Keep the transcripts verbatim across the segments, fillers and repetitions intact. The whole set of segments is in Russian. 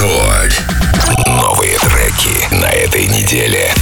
Рекорд. Новые треки на этой неделе.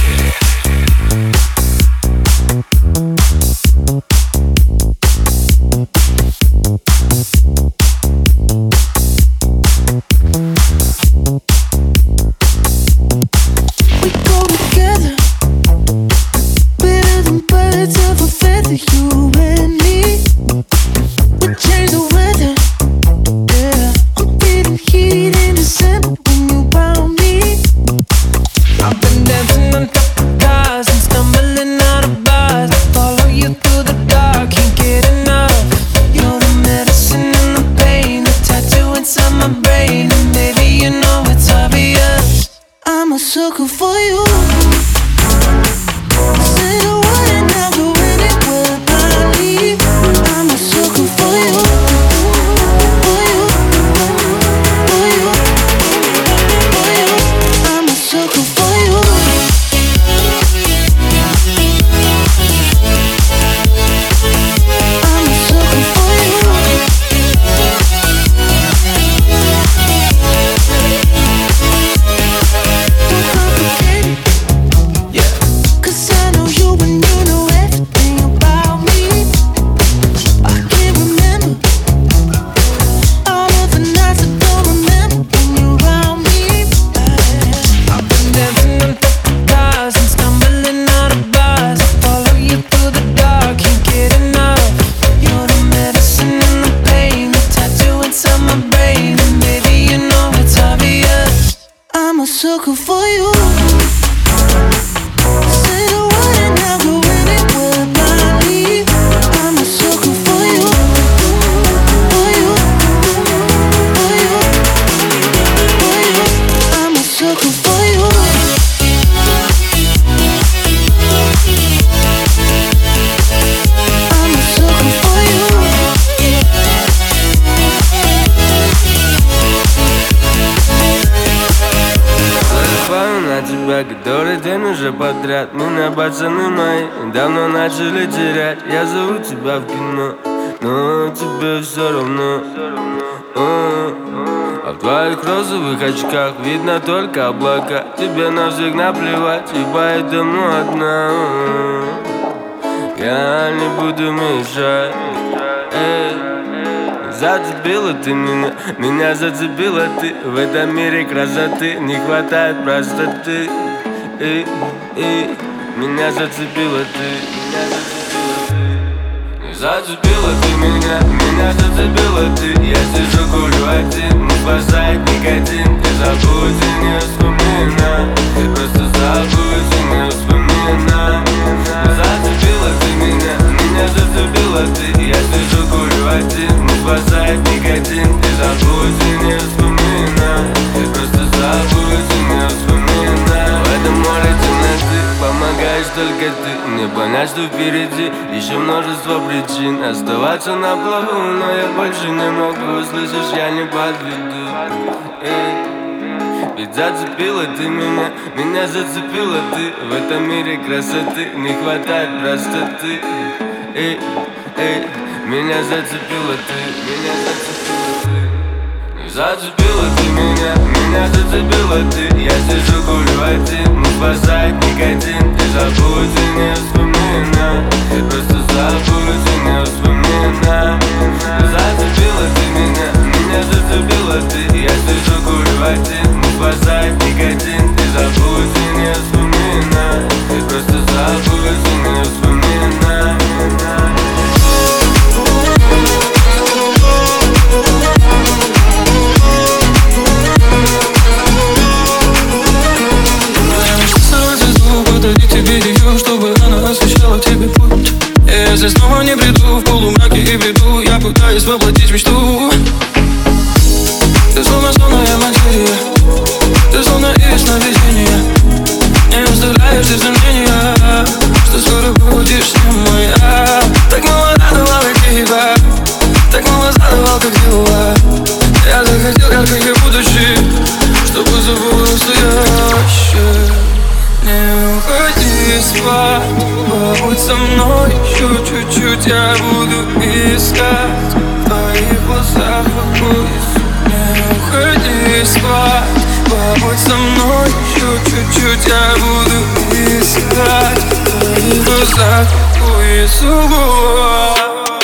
Который день уже подряд. Меня пацаны мои давно начали терять. Я зову тебя в кино, но тебе все равно. А в твоих розовых очках видно только облака. Тебе на всех наплевать, и поэтому одна. Я не буду мешать. Эй. Зацепила ты меня, меня зацепила ты. В этом мире красоты не хватает простоты. И, и, меня зацепила ты, меня зацепила ты. Зацепила ты меня, меня зацепила ты. Я сижу, курю один, не спасает никотин. И забудь и не вспоминай, просто забудь и не вспоминай. Зацепила ты меня, меня зацепила ты. Я сижу, курю один, не спасает никотин. И забудь и не вспоминай, просто забудь и не вспоминай. В этом море темноты помогаешь только ты. Мне понять, что впереди еще множество причин оставаться на плаву, но я больше не могу. Слышишь, я не подведу. Эй. Ведь зацепила ты меня, меня зацепила ты. В этом мире красоты не хватает простоты. Эй, эй, меня зацепила ты, меня зацепила ты. Зацепила ты меня, меня зацепила ты. Я сижу, курю один, не спасает никотин. Ты забудь и не вспоминай, просто забудь и не вспоминай. Зацепила ты меня, меня зацепила ты. Я сижу, курю один, не спасает никотин. Ты забудь и не вспоминай, просто забудь и не вспоминай. Чтобы она освещала тебе путь. И если снова не приду в полумраке и бреду, я пытаюсь воплотить мечту. Ты словно сонная материя, ты словно из сновидения. Не оставляешь ты сомнения, что скоро будешь не моя. Так мало радовала тебя, так мало задавал, как дела. Я захотел, как и будущее, чтобы забыл настоящее. Не уходи спать, побудь со мной еще чуть-чуть. Я буду искать в твоих глазах покой. Не уходи спать, Побудь со мной еще чуть-чуть, я буду искать в твоих глазах уясу.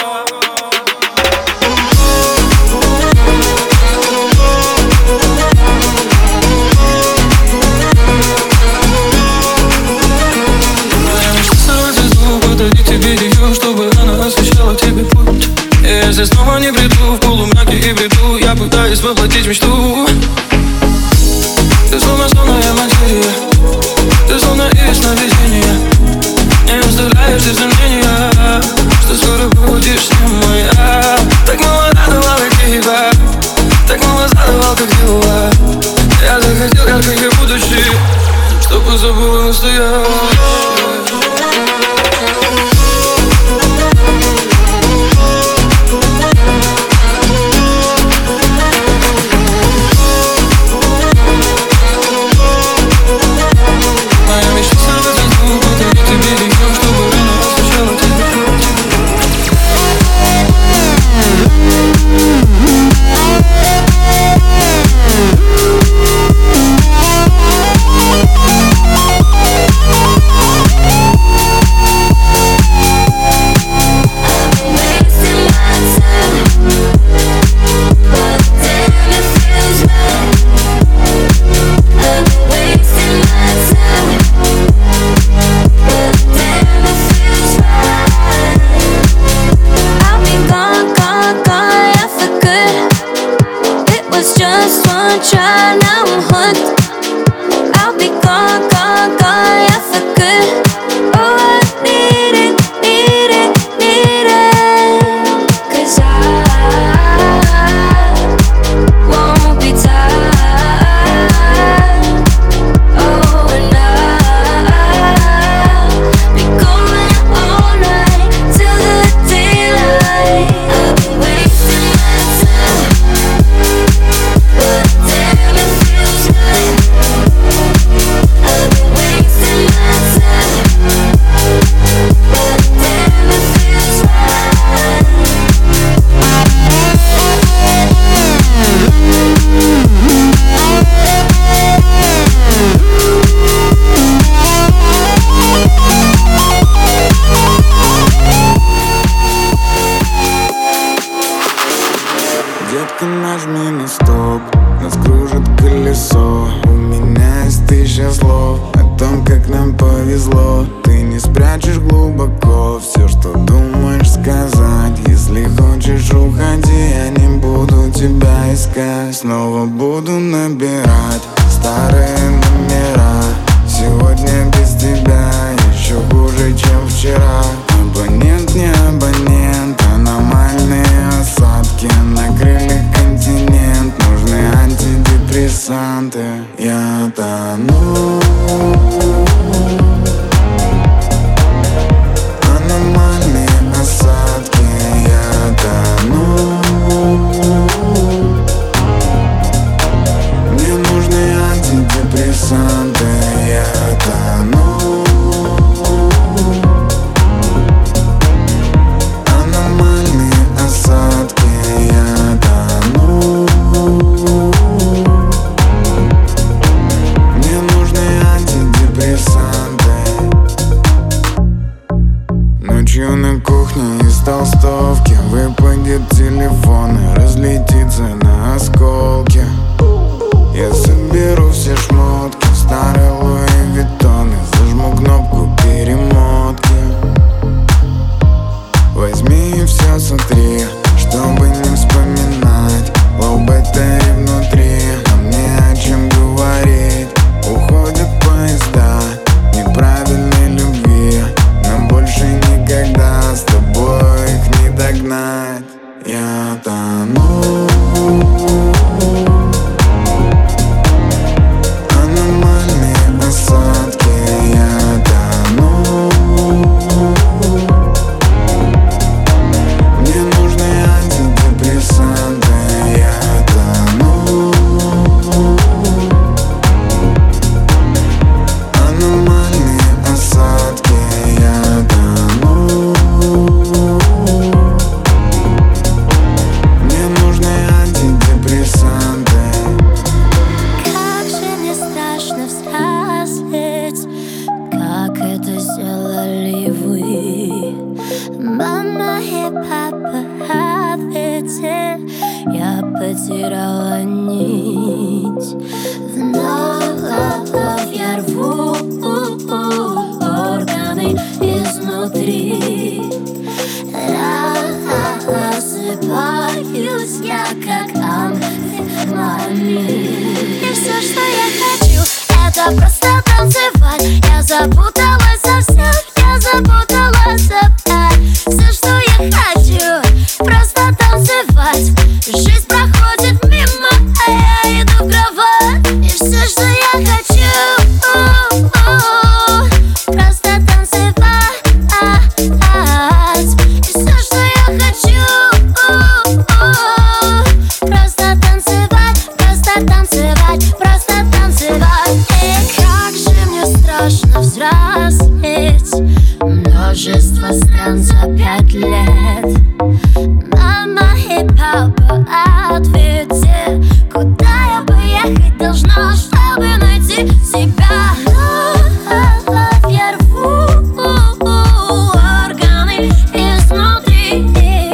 Если снова не приду в полумраке и бреду, я пытаюсь воплотить мечту. Ты словно сонная материя, ты словно из сновидения. Не оставляешь ты сомнения, что скоро будешь не моя. Так мало радовал и тебя, так мало задавал, как дела. Я захотел, как и будущее, чтобы забыла настоящее. Just one try, now I'm hooked. I'll be gone, gone, gone, yeah, for good. Oh, I need it, need it, need it. Cause I won't be tired. Oh, and I'll be going all night till the daylight. I've been wasting my time. Детка, нажми на стоп, нас кружит колесо. У меня есть тысяча слов о том, как нам повезло. Ты не спрячешь глубоко все, что думаешь сказать. Если хочешь, уходи, я не буду тебя искать. Снова буду набирать старые номера. Сегодня без тебя еще хуже, чем вчера. Абонент, не абонент, аномальные осадки накрыли континент. Нужны антидепрессанты. Я тону. Аномальные осадки. Я тону. Мне нужны антидепрессанты. Я тону. Ночью на кухне из толстовки выпадет телефон и разлетится на осколки. Я соберу все шмотки, старые Луи Виттоны, И все, что я хочу, это просто танцевать. Я запуталась совсем, я запуталась опять. Все, что я хочу, просто танцевать. Жизнь проходит мимо, а я иду в кровать. И все, что я хочу, просто танцевать. И все, что я хочу, просто танцевать, просто танцевать, просто танцевать. И как же мне страшно взрослеть, множество стран за пять лет. Мама и папа, ответьте, куда я поехать должна, чтобы найти себя. Но я рву органы изнутри,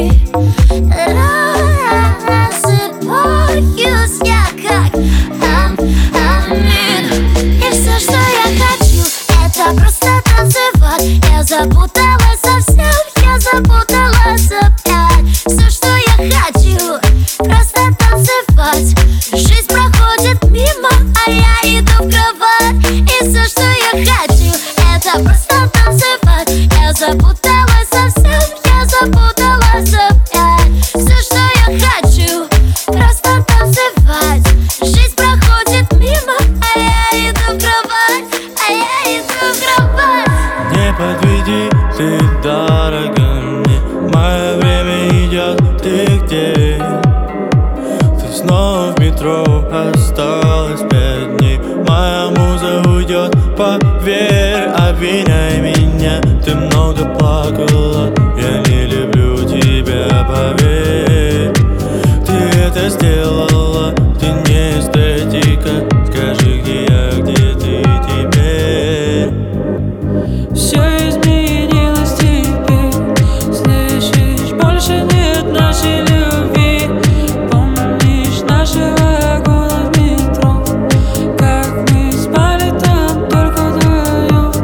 рассыпаюсь я как амфетамин. И все, что я хочу, это просто танцевать. Я запуталась совсем, я запуталась опять. Все, что я хочу, просто танцевать. Жизнь проходит мимо, а я иду в кровать. И все, что я хочу, это просто танцевать. Я запуталась совсем, я запуталась опять. Все, что я хочу, просто танцевать. Жизнь проходит мимо, а я иду в кровать, а я иду в кровать. Не подведи, ты дорога мне. Мое время идет, ты где? Ты снова в метро, осталось пять дней. Моя муза уйдет, поверь, обвиняй меня. Ты много плакала, я не люблю тебя, поверь. Ты это сделала, ты не эстетика. Скажи, где я, где ты теперь? Все изменилось теперь, слышишь, больше нет нашей любви. Помнишь наши вагоны в метро, как мы спали там только вдвоем.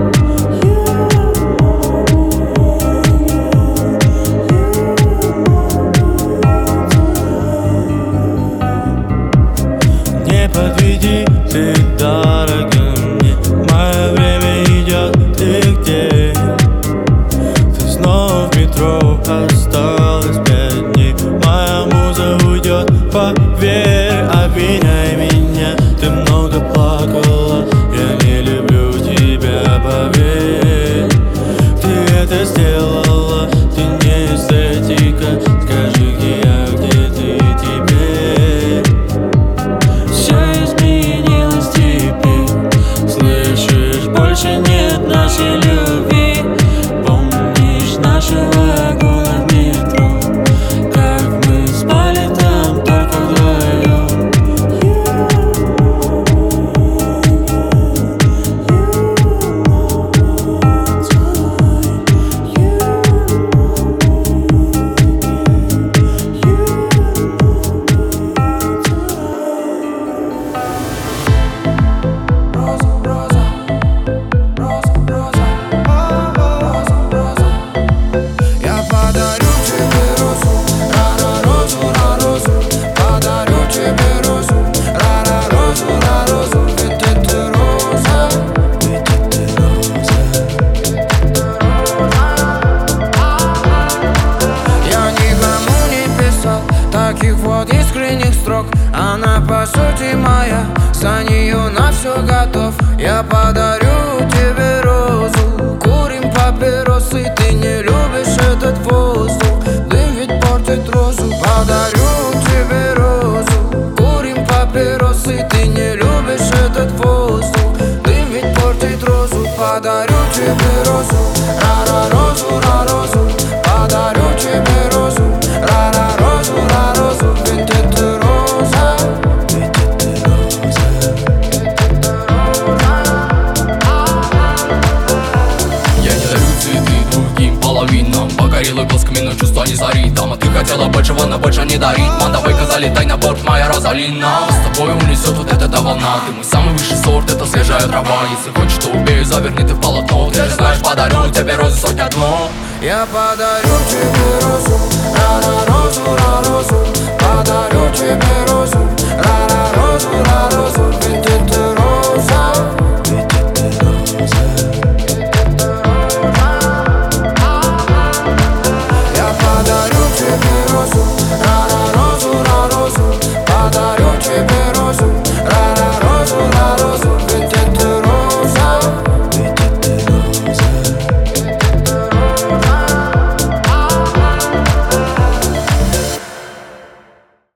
Не подведи, ты дорога мне. Мое время идет, ты где? Ты снова в метро, осталось пять дней. Моя муза уйдет, поверь, обвиняй меня. Ты много плакала, я не люблю тебя, поверь. Ты это сделала, ты не эстетика. Скажи, где я, где ты теперь? Все изменилось теперь, слышишь, больше нет нашей любви. Помнишь наши вагоны в метро, как мы спали там только вдвоем. Я подарю тебе розу, ра-ра, розу, ра, розу. Подарю тебе розу, ра-ра, розу, ра, розу. Ведь это роза, ведь это роза. Я никому не писал таких вот искренних строк. Она по сути моя, за нее на все готов. Я подарю тебе розу, курим папиросы. Ты не любишь этот воздух, дым ведь портит розу. Подарю тебе розу, курим папиросы. Ты не любишь этот воздух, дым ведь портит розу. Подарю тебе розу, ра-ра, розу, ра, розу. Подарю тебе розу, ра-ра, розу, ра, розу. Ведь это роза, ведь это роза. Я не дарю цветы другим половинам. Погорелый глазками, но чувства не зарит. Дама, ты хотела большего, но больше не дарит. Ман, давай, залетай на борт, моя Розалина. С тобой унесет вот эта волна. Ты мой самый высший сорт, это свежая трава. Если хочешь, то убей, заверни ты в полотно. Ты же знаешь, подарю тебе розы сотня одно. Я подарю тебе розу, ра-ра, розу, ра, розу. Подарю тебе розу.